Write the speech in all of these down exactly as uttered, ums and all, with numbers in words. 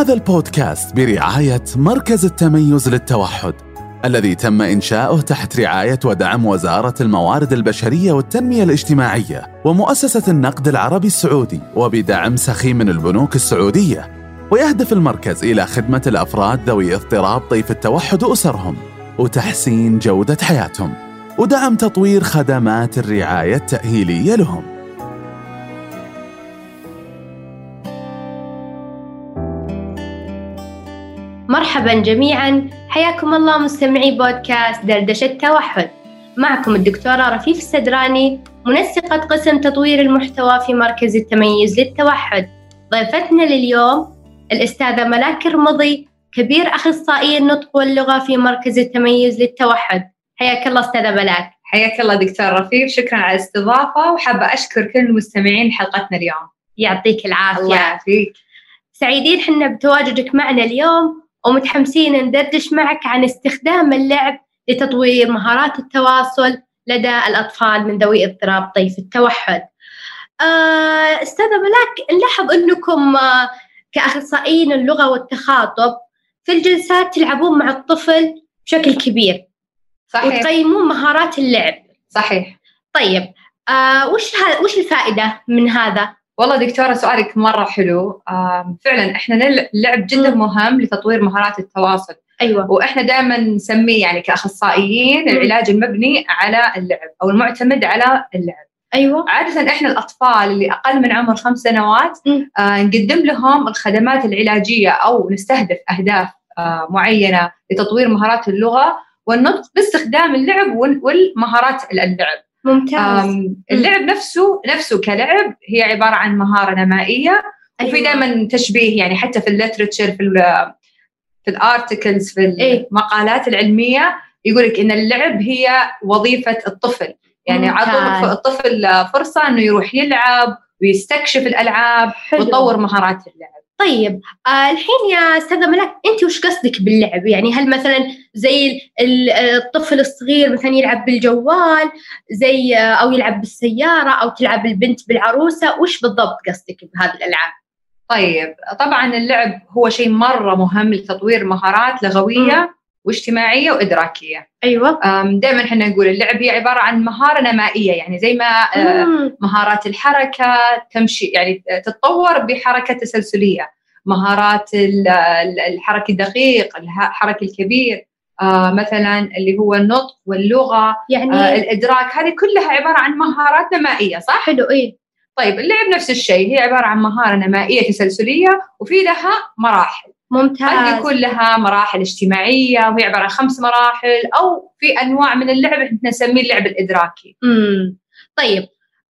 هذا البودكاست برعاية مركز التميز للتوحد الذي تم إنشاؤه تحت رعاية ودعم وزارة الموارد البشرية والتنمية الاجتماعية ومؤسسة النقد العربي السعودي وبدعم سخي من البنوك السعودية. ويهدف المركز إلى خدمة الأفراد ذوي اضطراب طيف التوحد وأسرهم وتحسين جودة حياتهم ودعم تطوير خدمات الرعاية التأهيلية لهم. مرحبا جميعا، حياكم الله مستمعي بودكاست دردشة التوحد. معكم الدكتورة رفيف السدراني، منسقة قسم تطوير المحتوى في مركز التميز للتوحد. ضيفتنا لليوم الأستاذة ملاك رمضي، كبير أخصائي النطق واللغة في مركز التميز للتوحد. حياك الله أستاذة ملاك. حياك الله دكتور رفيف، شكرا على الاستضافة، وحابة أشكر كل المستمعين حلقتنا اليوم. يعطيك العافية. الله يعافيك. سعيدين حنا بتواجدك معنا اليوم ومتحمسين ندردش معك عن استخدام اللعب لتطوير مهارات التواصل لدى الأطفال من ذوي اضطراب طيف التوحد. آه، أستاذة ملاك، نلاحظ أنكم آه، كأخصائيين اللغة والتخاطب في الجلسات تلعبون مع الطفل بشكل كبير. صحيح. وتقيمون مهارات اللعب. صحيح. طيب، آه، وش ها وش الفائدة من هذا؟ والله دكتورة سؤالك مرة حلو. فعلا إحنا اللعب جدا مهم لتطوير مهارات التواصل. أيوة. وإحنا دائما نسميه يعني كأخصائيين م. العلاج المبني على اللعب أو المعتمد على اللعب. أيوة. عادة إحنا الأطفال اللي أقل من عمر خمس سنوات آه نقدم لهم الخدمات العلاجية أو نستهدف أهداف آه معينة لتطوير مهارات اللغة والنطق باستخدام اللعب والمهارات اللعب. ممتاز. اللعب نفسه نفسه كلعب هي عبارة عن مهارة نمائية. أيوة. وفي دائما تشبيه يعني حتى في الليتراتشر في ال في الارتكلز في المقالات العلمية يقولك إن اللعب هي وظيفة الطفل، يعني عطوا الطفل فرصة إنه يروح يلعب ويستكشف الألعاب. حلو. ويطور مهارات اللعب. طيب، آه الحين يا أستاذة ملاك، أنت وش قصدك باللعب؟ يعني هل مثلا زي الطفل الصغير مثلا يلعب بالجوال زي أو يلعب بالسيارة أو تلعب البنت بالعروسة؟ وش بالضبط قصدك بهذه الألعاب؟ طيب، طبعا اللعب هو شيء مرة مهم لتطوير مهارات لغوية م. واجتماعية وإدراكية. أيوة. دائما احنا نقول اللعب هي عبارة عن مهارة نمائية، يعني زي ما مم. مهارات الحركة تمشي يعني تتطور بحركة تسلسلية، مهارات الحركة الدقيق، الحركة الكبير، آه مثلا اللي هو النطق واللغة، يعني آه الإدراك، هذه كلها عبارة عن مهارات نمائية. صح؟ حلو. إيه. طيب، اللعب نفس الشيء، هي عبارة عن مهارة نمائية تسلسلية وفي لها مراحل. ممتاز. قد يكون لها مراحل اجتماعية وهي عبارة عن خمس مراحل، أو في أنواع من اللعب احنا نسميه اللعب الإدراكي. امم طيب،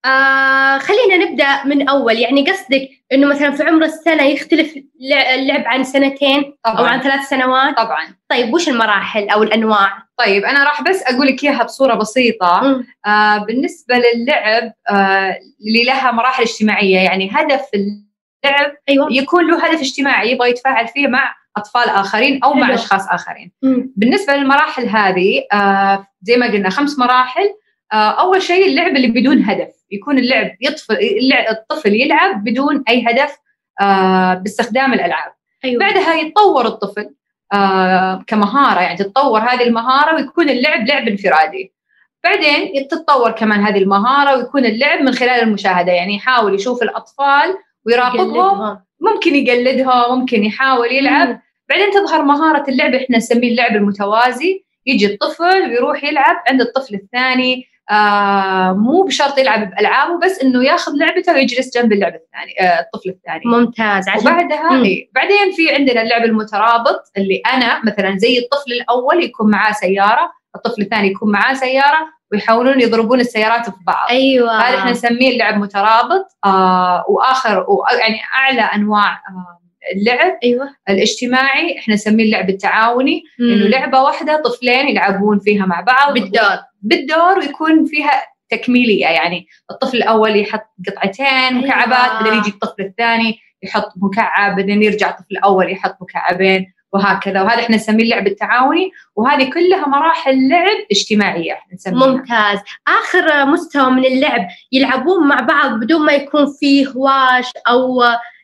آه خلينا نبدأ من أول. يعني قصدك إنه مثلا في عمر السنة يختلف اللعب عن سنتين طبعاً. أو عن ثلاث سنوات؟ طبعا. طيب، وش المراحل أو الأنواع؟ طيب، أنا راح بس أقول لك إياها بصورة بسيطة. آه بالنسبة للعب آه اللي لها مراحل اجتماعية، يعني هدف اللعب أيوة. يكون له هدف اجتماعي يبغى يتفاعل فيه مع أطفال آخرين أو حلو. مع أشخاص آخرين. مم. بالنسبة للمراحل هذه آه زي ما قلنا خمس مراحل. آه أول شيء اللعب اللي بدون هدف، يكون اللعب يطفل الطفل يلعب بدون أي هدف آه باستخدام الألعاب. أيوة. بعدها يتطور الطفل آه كمهارة، يعني تتطور هذه المهارة ويكون اللعب لعب انفرادي. بعدين تتطور كمان هذه المهارة ويكون اللعب من خلال المشاهدة، يعني يحاول يشوف الأطفال ويراقبهم، ممكن يقلدهم، ممكن يحاول يلعب. مم. بعدين تظهر مهارة اللعب احنا نسميه اللعب المتوازي، يجي الطفل ويروح يلعب عند الطفل الثاني. آه مو بشرط يلعب بألعابه، بس إنه ياخذ لعبته ويجلس جنب اللعب الثاني آه الطفل الثاني. ممتاز. عشان وبعدها إيه بعدين في عندنا اللعب المترابط، اللي أنا مثلا زي الطفل الأول يكون معاه سيارة، الطفل الثاني يكون معاه سيارة ويحاولون يضربون السيارات في بعض. أيوة. هذا إحنا نسميه اللعب مترابط. آه وآخر يعني أعلى أنواع آه اللعب أيوة. الاجتماعي احنا نسميه اللعب التعاوني، انه لعبه واحده طفلين يلعبون فيها مع بعض بالدور بالدور ويكون فيها تكميليه، يعني الطفل الاول يحط قطعتين مكعبات. أيوة. بعدين يجي الطفل الثاني يحط مكعب، بعدين يرجع الطفل الاول يحط مكعبين وهكذا. وهذا احنا نسميه اللعب التعاوني، وهذه كلها مراحل لعب اجتماعيه احنا نسميها. ممتاز. اخر مستوى من اللعب يلعبون مع بعض بدون ما يكون فيه هواش او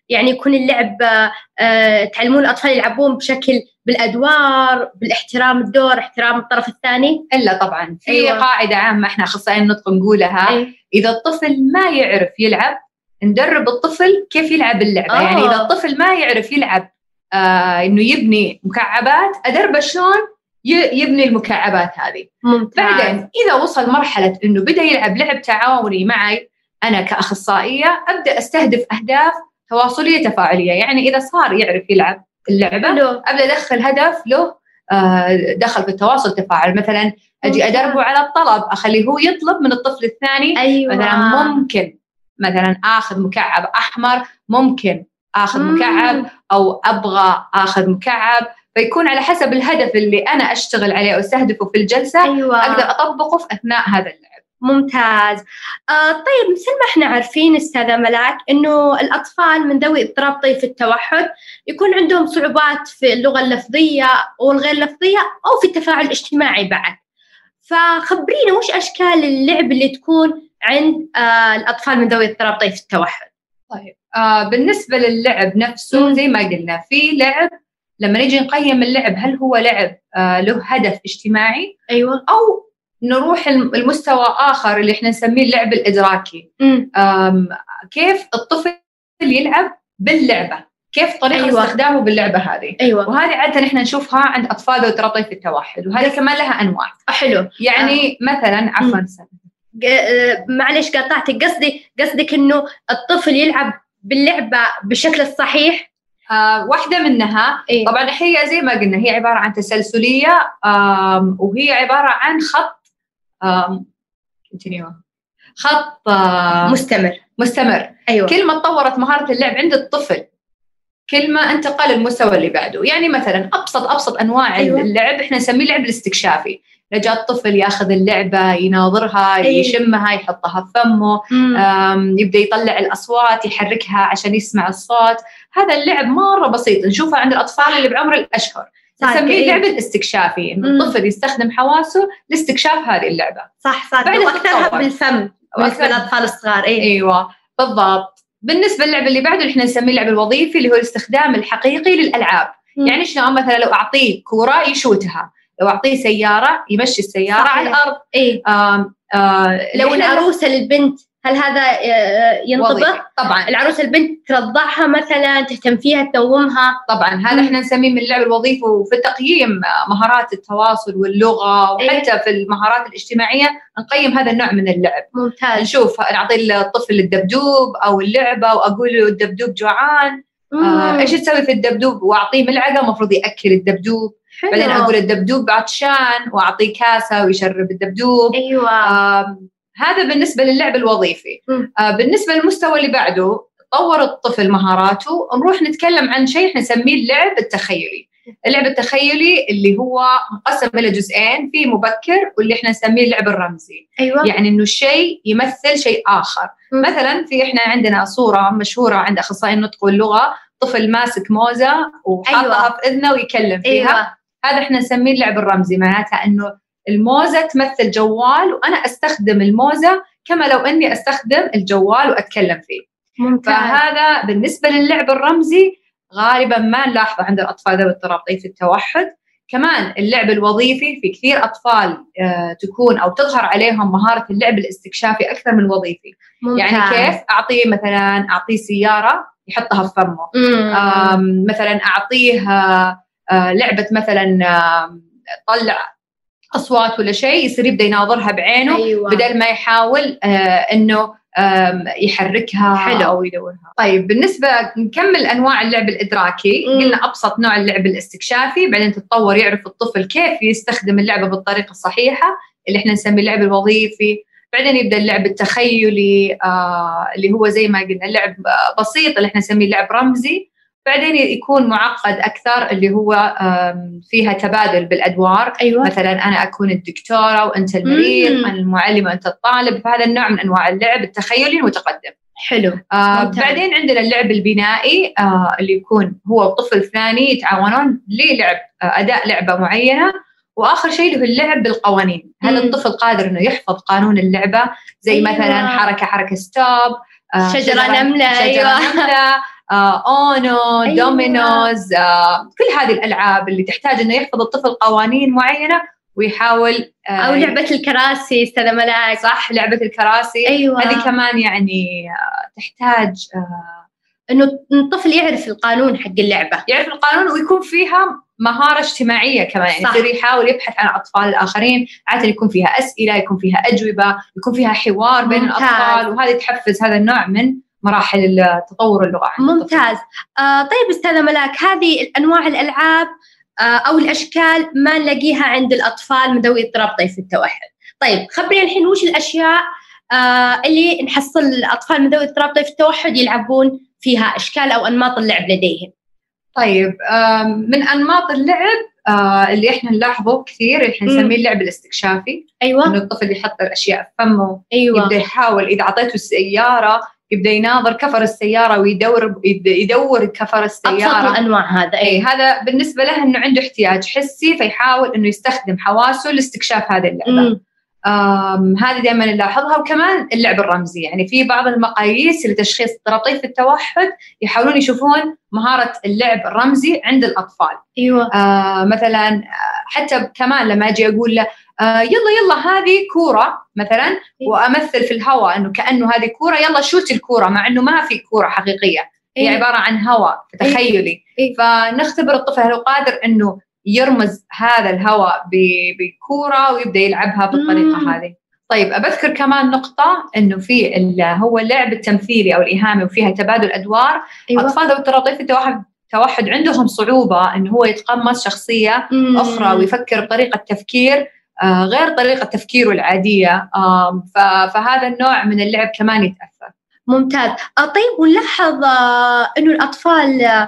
يعني يكون اللعب آه تعلمون الأطفال يلعبون بشكل بالأدوار، بالاحترام الدور، احترام الطرف الثاني؟ إلا طبعا في أيوة. قاعدة عامة إحنا أخصائيين النطق نقولها. أيوة. إذا الطفل ما يعرف يلعب ندرب الطفل كيف يلعب اللعبة. أوه. يعني إذا الطفل ما يعرف يلعب آه إنه يبني مكعبات، أدرب شلون يبني المكعبات هذه. ممتاز. بعدين إذا وصل مرحلة إنه بدأ يلعب لعب تعاوني معي أنا كأخصائية، أبدأ أستهدف أهداف تواصلية تفاعلية. يعني إذا صار يعرف يلعب اللعبة حلو. أبدأ أدخل هدف له دخل في التواصل التفاعل. مثلا أجي أدربه على الطلب، أخليه هو يطلب من الطفل الثاني. أيوة. مثلا ممكن مثلا آخذ مكعب أحمر، ممكن آخذ مم. مكعب، أو أبغى آخذ مكعب. فيكون على حسب الهدف اللي أنا أشتغل عليه أو أستهدفه في الجلسة. أيوة. أقدر أطبقه في أثناء هذا اللعب. ممتاز. آه طيب مثل ما احنا عارفين أستاذة ملاك إنه الأطفال من ذوي اضطراب طيف التوحد يكون عندهم صعوبات في اللغة اللفظية والغير لفظية أو في التفاعل الاجتماعي بعد. فخبرينا وش أشكال اللعب اللي تكون عند آه الأطفال من ذوي اضطراب طيف التوحد؟ طيب آه بالنسبة للعب نفسه م. زي ما قلنا في لعب لما نيجي نقيم اللعب هل هو لعب آه له هدف اجتماعي؟ أيوة. أو نروح المستوى آخر اللي إحنا نسميه اللعب الإدراكي. كيف الطفل يلعب باللعبة، كيف طريقة أيوة. استخدامه باللعبة هذه. أيوة. وهذه عادة إحنا نشوفها عند أطفال ذوي اضطراب طيف التوحد، وهذه كمان لها أنواع. حلو. يعني آه. مثلا عفوا معلش قاطعتك، قصدي قصدك إنه الطفل يلعب باللعبة بالشكل الصحيح. آه واحدة منها إيه؟ طبعا هي زي ما قلنا هي عبارة عن تسلسلية، وهي عبارة عن خط خط مستمر مستمر. أيوة. كل ما تطورت مهارة اللعب عند الطفل كل ما انتقل المستوى اللي بعده. يعني مثلا أبسط أبسط أنواع أيوة. اللعب إحنا نسميه اللعب الاستكشافي. لجاء الطفل ياخذ اللعبة يناظرها أيوة. يشمها يحطها في فمه، يبدأ يطلع الأصوات يحركها عشان يسمع الصوت. هذا اللعب مرة بسيط نشوفه عند الأطفال اللي بعمر الأشهر، نسميه اللعب الاستكشافي، إنه الطفل يستخدم حواسه لاستكشاف هذه اللعبة. صح صح. وأكثرها بالفم بالنسبة للأطفال الصغار. إيه؟ أيوة بالضبط. بالنسبة للعب اللي بعده اللي إحنا نسميه اللعب الوظيفي اللي هو الاستخدام الحقيقي للألعاب. مم. يعني شلون مثلا لو أعطيه كورة يشوتها، لو أعطيه سيارة يمشي السيارة صحيح. على الأرض. إيه؟ آم آم لو العروسة للبنت هل هذا ينطبق؟ طبعا العروسة البنت ترضعها مثلا، تهتم فيها، تدومها. طبعا هذا احنا نسميه من اللعب الوظيفي. وفي تقييم مهارات التواصل واللغة وحتى إيه؟ في المهارات الاجتماعية نقيم هذا النوع من اللعب. ممتاز. نشوف نعطي الطفل الدبدوب أو اللعبة وأقول له الدبدوب جوعان، آه إيش تسوي في الدبدوب، وأعطيه ملعقة مفروض يأكل الدبدوب. حلو. بعدين أقول الدبدوب عطشان وأعطيه كاسة ويشرب الدبدوب. أيوة. آه هذا بالنسبة للعب الوظيفي. آه بالنسبة للمستوى اللي بعده طور الطفل مهاراته، نروح نتكلم عن شيء نسميه اللعب التخيلي. اللعب التخيلي اللي هو مقسم إلى جزئين، في مبكر واللي احنا نسميه اللعب الرمزي. أيوة. يعني إنه الشيء يمثل شيء آخر. م. مثلا في احنا عندنا صورة مشهورة عند أخصائي النطق واللغة، طفل ماسك موزة وحاطها أيوة. في إذنه ويكلم فيها. أيوة. هذا احنا نسميه اللعب الرمزي، معناتها إنه الموزة تمثل جوال وأنا أستخدم الموزة كما لو أني أستخدم الجوال وأتكلم فيه. ممتاز. فهذا بالنسبة للعب الرمزي غالبا ما نلاحظه عند الأطفال ذوي اضطراب طيف التوحد. كمان اللعب الوظيفي في كثير أطفال آه تكون أو تظهر عليهم مهارة اللعب الاستكشافي أكثر من الوظيفي. ممتاز. يعني كيف أعطيه مثلا أعطيه سيارة يحطها في فمه، مثلا أعطيه آه لعبة مثلا آه طلع أصوات ولا شيء يصير يبدأ يناظرها بعينه. أيوة. بدل ما يحاول آه إنه يحركها حلو. أو يدورها. طيب بالنسبة نكمل أنواع اللعب الإدراكي. مم. قلنا أبسط نوع اللعب الاستكشافي، بعدين تتطور يعرف الطفل كيف يستخدم اللعبة بالطريقة الصحيحة اللي احنا نسميه اللعب الوظيفي. بعدين يبدأ اللعب التخيلي آه اللي هو زي ما قلنا اللعب بسيط اللي احنا نسميه لعب رمزي. بعدين يكون معقد أكثر اللي هو فيها تبادل بالأدوار. أيوة. مثلا أنا أكون الدكتورة وأنت المريض، أنا المعلمة وأنت الطالب. فهذا النوع من أنواع اللعب التخيلي المتقدم. حلو. آه بعدين عندنا اللعب البنائي آه اللي يكون هو وطفل ثاني يتعاونون للعب آه أداء لعبة معينة. وآخر شيء له اللعب بالقوانين. هذا الطفل قادر إنه يحفظ قانون اللعبة زي أيوة. مثلا حركة حركة ستوب، آه شجرة نملة. شجرة أيوة. نملة. آه أونو، أيوة. دومينوز، آه كل هذه الألعاب اللي تحتاج إنه يحفظ الطفل قوانين معينة ويحاول آه أو لعبة الكراسي أستاذة ملاك. صح، لعبة الكراسي. أيوة. هذه كمان يعني آه تحتاج آه إنه الطفل يعرف القانون حق اللعبة، يعرف القانون ويكون فيها مهارة اجتماعية كمان، يعني يصير يحاول يبحث عن أطفال الآخرين، عادة يكون فيها أسئلة، يكون فيها أجوبة، يكون فيها حوار بين ممتاز. الأطفال، وهذه تحفز هذا النوع من مراحل التطور اللغة. ممتاز. آه طيب أستاذة ملاك، هذه أنواع الألعاب آه أو الأشكال ما نلاقيها عند الأطفال من ذوي اضطراب طيف التوحد. طيب خبرينا الحين وش الأشياء آه اللي نحصل الأطفال من ذوي اضطراب طيف التوحد يلعبون فيها، أشكال أو أنماط اللعب لديهم؟ طيب من أنماط اللعب اللي إحنا نلاحظه كثير إحنا نسميه اللعب الاستكشافي. أيوة. إنه الطفل يحط الأشياء في فمه. أيوة. يبدأ يحاول، إذا عطيته السيارة يبدأ يناظر كفر السيارة ويدور يدور كفر السيارة. أبسط الأنواع هذا. أي هذا بالنسبة له إنه عنده احتياج حسي، فيحاول إنه يستخدم حواسه لاستكشاف هذه اللعبة. هذه دائما نلاحظها. وكمان اللعب الرمزي، يعني في بعض المقاييس لتشخيص اضطراب طيف التوحد يحاولون يشوفون مهارة اللعب الرمزي عند الأطفال. أيوة. آه مثلا حتى كمان لما أجي أقول له آه يلا يلا هذه كورة مثلا، أيوة. وأمثل في الهواء إنه كأنه هذه كورة، يلا شوت الكورة، مع إنه ما في كورة حقيقية. أيوة. هي عبارة عن هواء تخيلي. أيوة. فنختبر الطفل هل قادر إنه يرمز هذا الهواء بكورة ويبدأ يلعبها بالطريقة مم. هذه. طيب أبذكر كمان نقطة إنه في هو اللعب التمثيلي أو الإيهامي وفيها تبادل أدوار. أيوة. أطفال ذوي اضطراب طيف التوحد توحد عندهم صعوبة إنه هو يتقمص شخصية مم. أخرى ويفكر بطريقة تفكير آه غير طريقة تفكيره العادية. آه فهذا النوع من اللعب كمان يتأثر. ممتاز. طيب ونلاحظ آه إنه الأطفال آه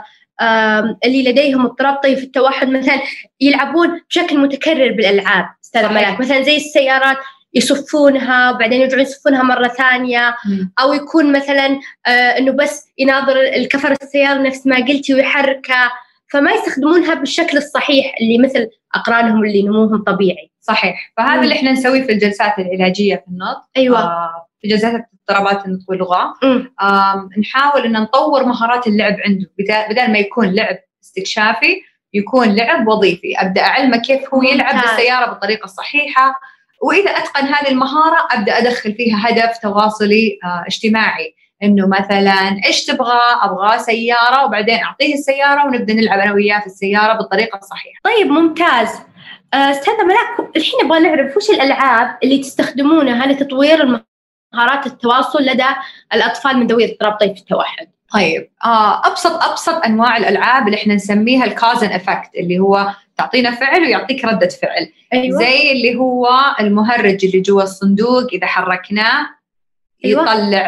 اللي لديهم اضطراب طيف التوحد مثلا يلعبون بشكل متكرر بالألعاب أستاذة ملاك، مثلا زي السيارات يصفونها وبعدين يرجعون يصفونها مرة ثانية. م. أو يكون مثلا آه إنه بس يناظر الكفر السيارة نفس ما قلتي ويحركها، فما يستخدمونها بالشكل الصحيح اللي مثل أقرانهم اللي نموهم طبيعي. صحيح. فهذا م. اللي إحنا نسويه في الجلسات العلاجية في النطق. أيوة. آه في جلسات اضطرابات النطق واللغة نحاول أن نطور مهارات اللعب عنده، بدل ما يكون لعب استكشافي يكون لعب وظيفي. أبدأ أعلمه كيف هو يلعب بالسيارة بالطريقة الصحيحة، وإذا أتقن هذه المهارة أبدأ أدخل فيها هدف تواصلي اه اجتماعي، إنه مثلا إيش تبغى؟ أبغى سيارة، وبعدين أعطيه السيارة ونبدأ نلعب أنا وياه في السيارة بالطريقة الصحيحة. طيب ممتاز. أستاذة ملاك الحين نبغى نعرف وش الألعاب اللي تستخدمونها لتطوير المهارات مهارات التواصل لدى الأطفال من ذوي اضطراب طيف التوحد. طيب آه أبسط أبسط أنواع الألعاب اللي إحنا نسميها الكازن إفكت، اللي هو تعطينا فعل ويعطيك ردة فعل. أيوة. زي اللي هو المهرج اللي جوا الصندوق، إذا حركناه أيوة. يطلع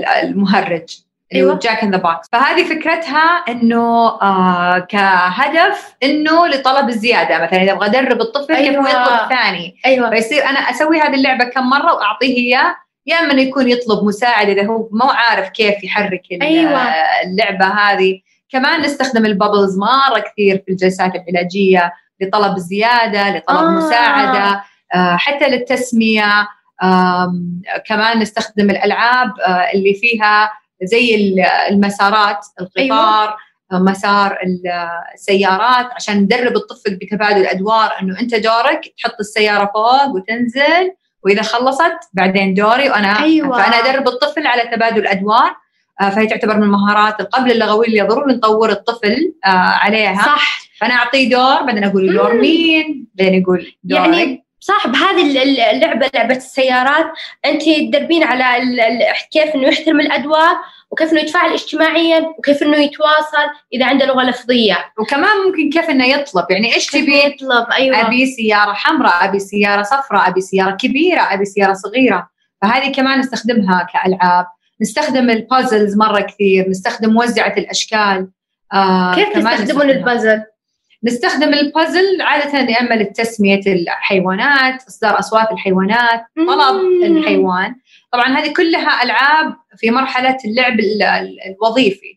المهرج. أيوة. جاك إن ذا بوكس. فهذه فكرتها إنه آه كهدف إنه لطلب الزيادة، مثلا إذا أبغى أدرب الطفل أيوة. كيف هو يطلب ثاني. أيوة. فيصير أنا أسوي هذه اللعبة كم مرة وأعطيه إياه، يا يعني من يكون يطلب مساعدة إذا هو ما عارف كيف يحرك أيوة. اللعبة هذه. كمان نستخدم البابلز مرة كثير في الجلسات العلاجية لطلب الزيادة، لطلب آه. مساعدة، آه حتى للتسمية. آه كمان نستخدم الألعاب آه اللي فيها زي المسارات، القطار. أيوة. مسار السيارات، عشان ندرب الطفل بتبادل الأدوار، إنه أنت دورك تحط السيارة فوق وتنزل، وإذا خلصت بعدين دوري وأنا. أيوة. فأنا أدرب الطفل على تبادل أدوار. آه فهي تعتبر من المهارات القبل اللغوية اللي ضروري نطور الطفل آه عليها. صح. فأنا أعطيه دور، بعدين أقول دور مين، بعدين يقول دوري. يعني صح. بهذه اللعبة لعبة السيارات أنت تدربين على كيف إنه يحترم الأدوار، وكيف إنه يتفاعل اجتماعياً، وكيف إنه يتواصل إذا عنده لغة لفظية، وكمان ممكن كيف إنه يطلب، يعني إيش تبي يطلب. أيوة. أبي سيارة حمراء، أبي سيارة صفراء، أبي سيارة كبيرة، أبي سيارة صغيرة. فهذه كمان نستخدمها كألعاب. نستخدم البازلز مرة كثير، نستخدم موزعة الأشكال. آه كيف تستخدمون البازل؟ نستخدم البازل عادة يا إما للتسمية الحيوانات، إصدار أصوات الحيوانات، طلب الحيوان. طبعاً هذه كلها ألعاب في مرحلة اللعب الوظيفي.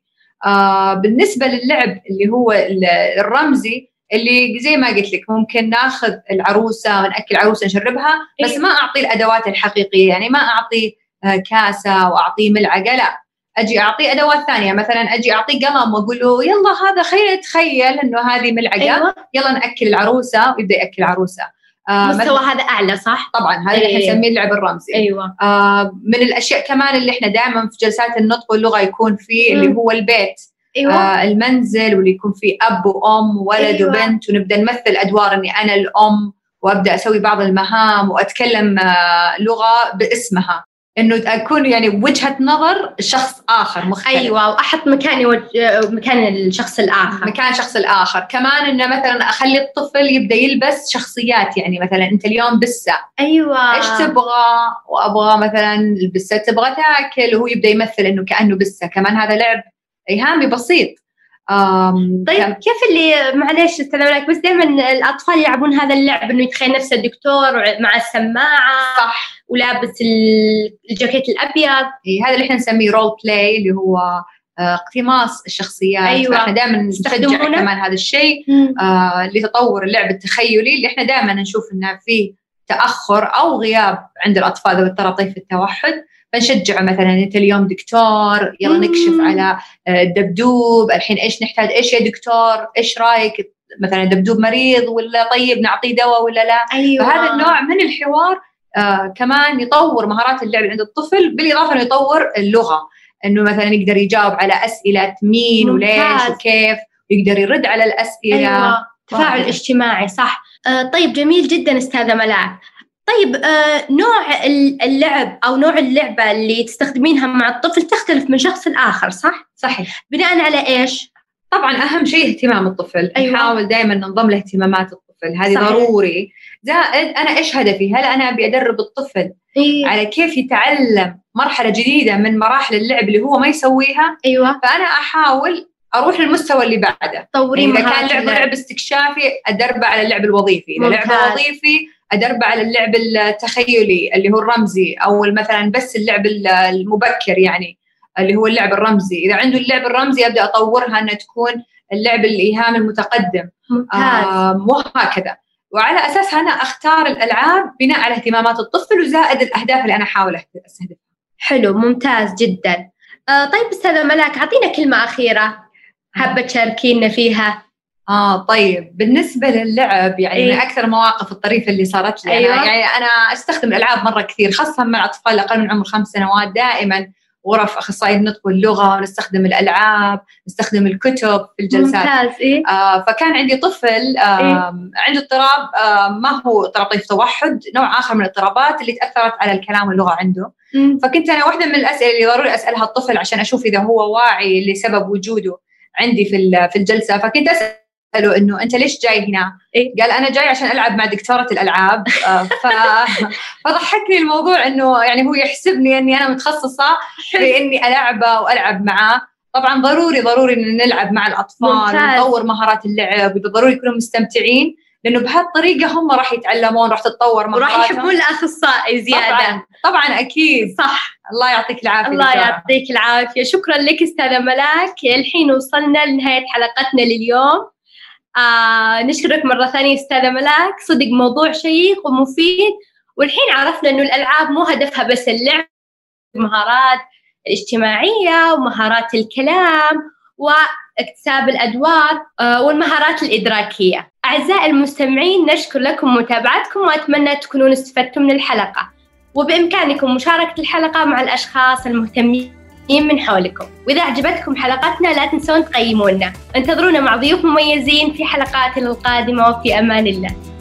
آه بالنسبة للعب اللي هو الرمزي، اللي زي ما قلت لك ممكن ناخذ العروسة ونأكل عروسة نشربها، بس ما أعطي الأدوات الحقيقية، يعني ما أعطي كاسة وأعطيه ملعقة، لا. أجي أعطيه أدوات ثانية، مثلا أجي أعطيه قلم وأقول له يلا هذا خلينا نتخيل إنه هذه ملعقة. أيوة. يلا نأكل العروسة، ويبدأ يأكل العروسة. آه مستوى هذا أعلى صح؟ طبعا هذا اللي إحنا نسميه اللعب الرمزي. أيوة. آه من الأشياء كمان اللي إحنا دائما في جلسات النطق واللغة يكون فيه اللي هو البيت. أيوة. آه المنزل، واللي يكون فيه أب وأم وولد. أيوة. وبنت، ونبدأ نمثل أدوار إني أنا الأم، وأبدأ أسوي بعض المهام وأتكلم آه لغة باسمها، إنه أكون يعني وجهة نظر شخص آخر مختلف. أيوة، وأحط مكاني وج... مكان الشخص الآخر، مكان الشخص الآخر. كمان إنه مثلا أخلي الطفل يبدأ يلبس شخصيات، يعني مثلا أنت اليوم بسة. أيوة. إيش تبغى؟ وأبغى مثلا البسة تبغى تأكل، وهو يبدأ يمثل إنه كأنه بسة. كمان هذا لعب إيهامي بسيط. طيب كم... كيف اللي معلش استنى لك، بس دائما الأطفال يلعبون هذا اللعب إنه يتخيل نفسه الدكتور مع السماعة. صح. ولابس الجاكيت الأبيض. إيه هذا اللي إحنا نسميه رول بلاي، اللي هو اقتماص الشخصيات. أيوة. فإحنا دائما نشجع كمان هذا الشيء آه لتطور اللعب التخيلي، اللي إحنا دائما نشوف إنه فيه تأخر أو غياب عند الأطفال ذوي الطرطيف التوحد. فنشجع مثلا أنت اليوم دكتور، يلا نكشف على الدبدوب الحين، إيش نحتاج، إيش يا دكتور، إيش رأيك مثلا دبدوب مريض ولا طيب نعطيه دواء ولا لا. أيوة. فهذا النوع من الحوار آه كمان يطور مهارات اللعب عند الطفل، بالإضافة إنه يطور اللغة، إنه مثلا يقدر يجاوب على أسئلة مين وليش وكيف، ويقدر يرد على الأسئلة. أيوة. تفاعل اجتماعي. صح. آه طيب جميل جدا أستاذة ملاك. طيب آه نوع اللعب أو نوع اللعبة اللي تستخدمينها مع الطفل تختلف من شخص لآخر صح؟ صحيح. بناء على إيش؟ طبعا أهم شيء اهتمام الطفل. أيوة. نحاول دائما ننضم لاهتمامات الطفل، هذه ضروري. زائد أنا إيش هدفي؟ هل أنا أبي أدرب الطفل إيه؟ على كيف يتعلم مرحلة جديدة من مراحل اللعب اللي هو ما يسويها؟ أيوة. فأنا أحاول أروح للمستوى اللي بعده. طوري إذا كان لعب لعب استكشافي أدربه على اللعب الوظيفي، إذا لعب وظيفي أدربه على اللعب التخيلي اللي هو الرمزي، أو مثلا بس اللعب المبكر يعني اللي هو اللعب الرمزي. إذا عنده اللعب الرمزي أبدأ أطورها أنها تكون اللعب الإيهام المتقدم. ممتاز. وهكذا، وعلى أساسها أنا أختار الألعاب بناء على اهتمامات الطفل وزائد الأهداف اللي أنا أحاول أستهدفها. حلو، ممتاز جدا. آه طيب أستاذة ملاك، أعطينا كلمة أخيرة حابة تشاركينا فيها. آه طيب، بالنسبة للعب يعني إيه؟ من أكثر المواقف الطريفة اللي صارت لي. أيوة. أنا يعني أنا أستخدم الألعاب مرة كثير، خاصة مع أطفال أقل من عمر خمس سنوات. دائما غرف أخصائي النطق واللغة، ونستخدم الألعاب، نستخدم الكتب في الجلسات. ممتاز. إيه؟ آه فكان عندي طفل آه إيه؟ عنده اضطراب، آه ما هو طرطيف توحد، نوع آخر من الاضطرابات اللي تأثرت على الكلام واللغة عنده. م. فكنت أنا واحدة من الأسئلة اللي ضروري أسألها الطفل عشان أشوف إذا هو واعي لسبب وجوده عندي في في الجلسة. فكنت أسأل قالوا إنه أنت ليش جاي هنا؟ إيه؟ قال أنا جاي عشان ألعب مع دكتورة الألعاب. ف... فضحكني الموضوع إنه يعني هو يحسبني إني أنا متخصصة في إني ألعبه وألعب معاه. طبعا ضروري ضروري إن نلعب مع الأطفال ونطور مهارات اللعب، وضروري يكونوا مستمتعين، لأنه بهالطريقة هم راح يتعلمون، راح تتطور مهاراتهم، وراح يحبون الأخصائي زيادة. طبعا طبعا أكيد. صح. الله يعطيك العافية. الله دكتورة. يعطيك العافية. شكرا لك أستاذة ملاك. الحين وصلنا لنهاية حلقتنا لليوم. آه نشكرك مرة ثانية أستاذة ملاك، صدق موضوع شيق ومفيد. والحين عرفنا إنه الألعاب مو هدفها بس اللعب، مهارات الاجتماعية ومهارات الكلام واكتساب الأدوار آه والمهارات الإدراكية. أعزائي المستمعين، نشكر لكم متابعتكم، وأتمنى تكونون استفدتم من الحلقة، وبإمكانكم مشاركة الحلقة مع الأشخاص المهتمين من حولكم. وإذا أعجبتكم حلقتنا لا تنسون تقيمونا. انتظرونا مع ضيوف مميزين في حلقاتنا القادمة، وفي أمان الله.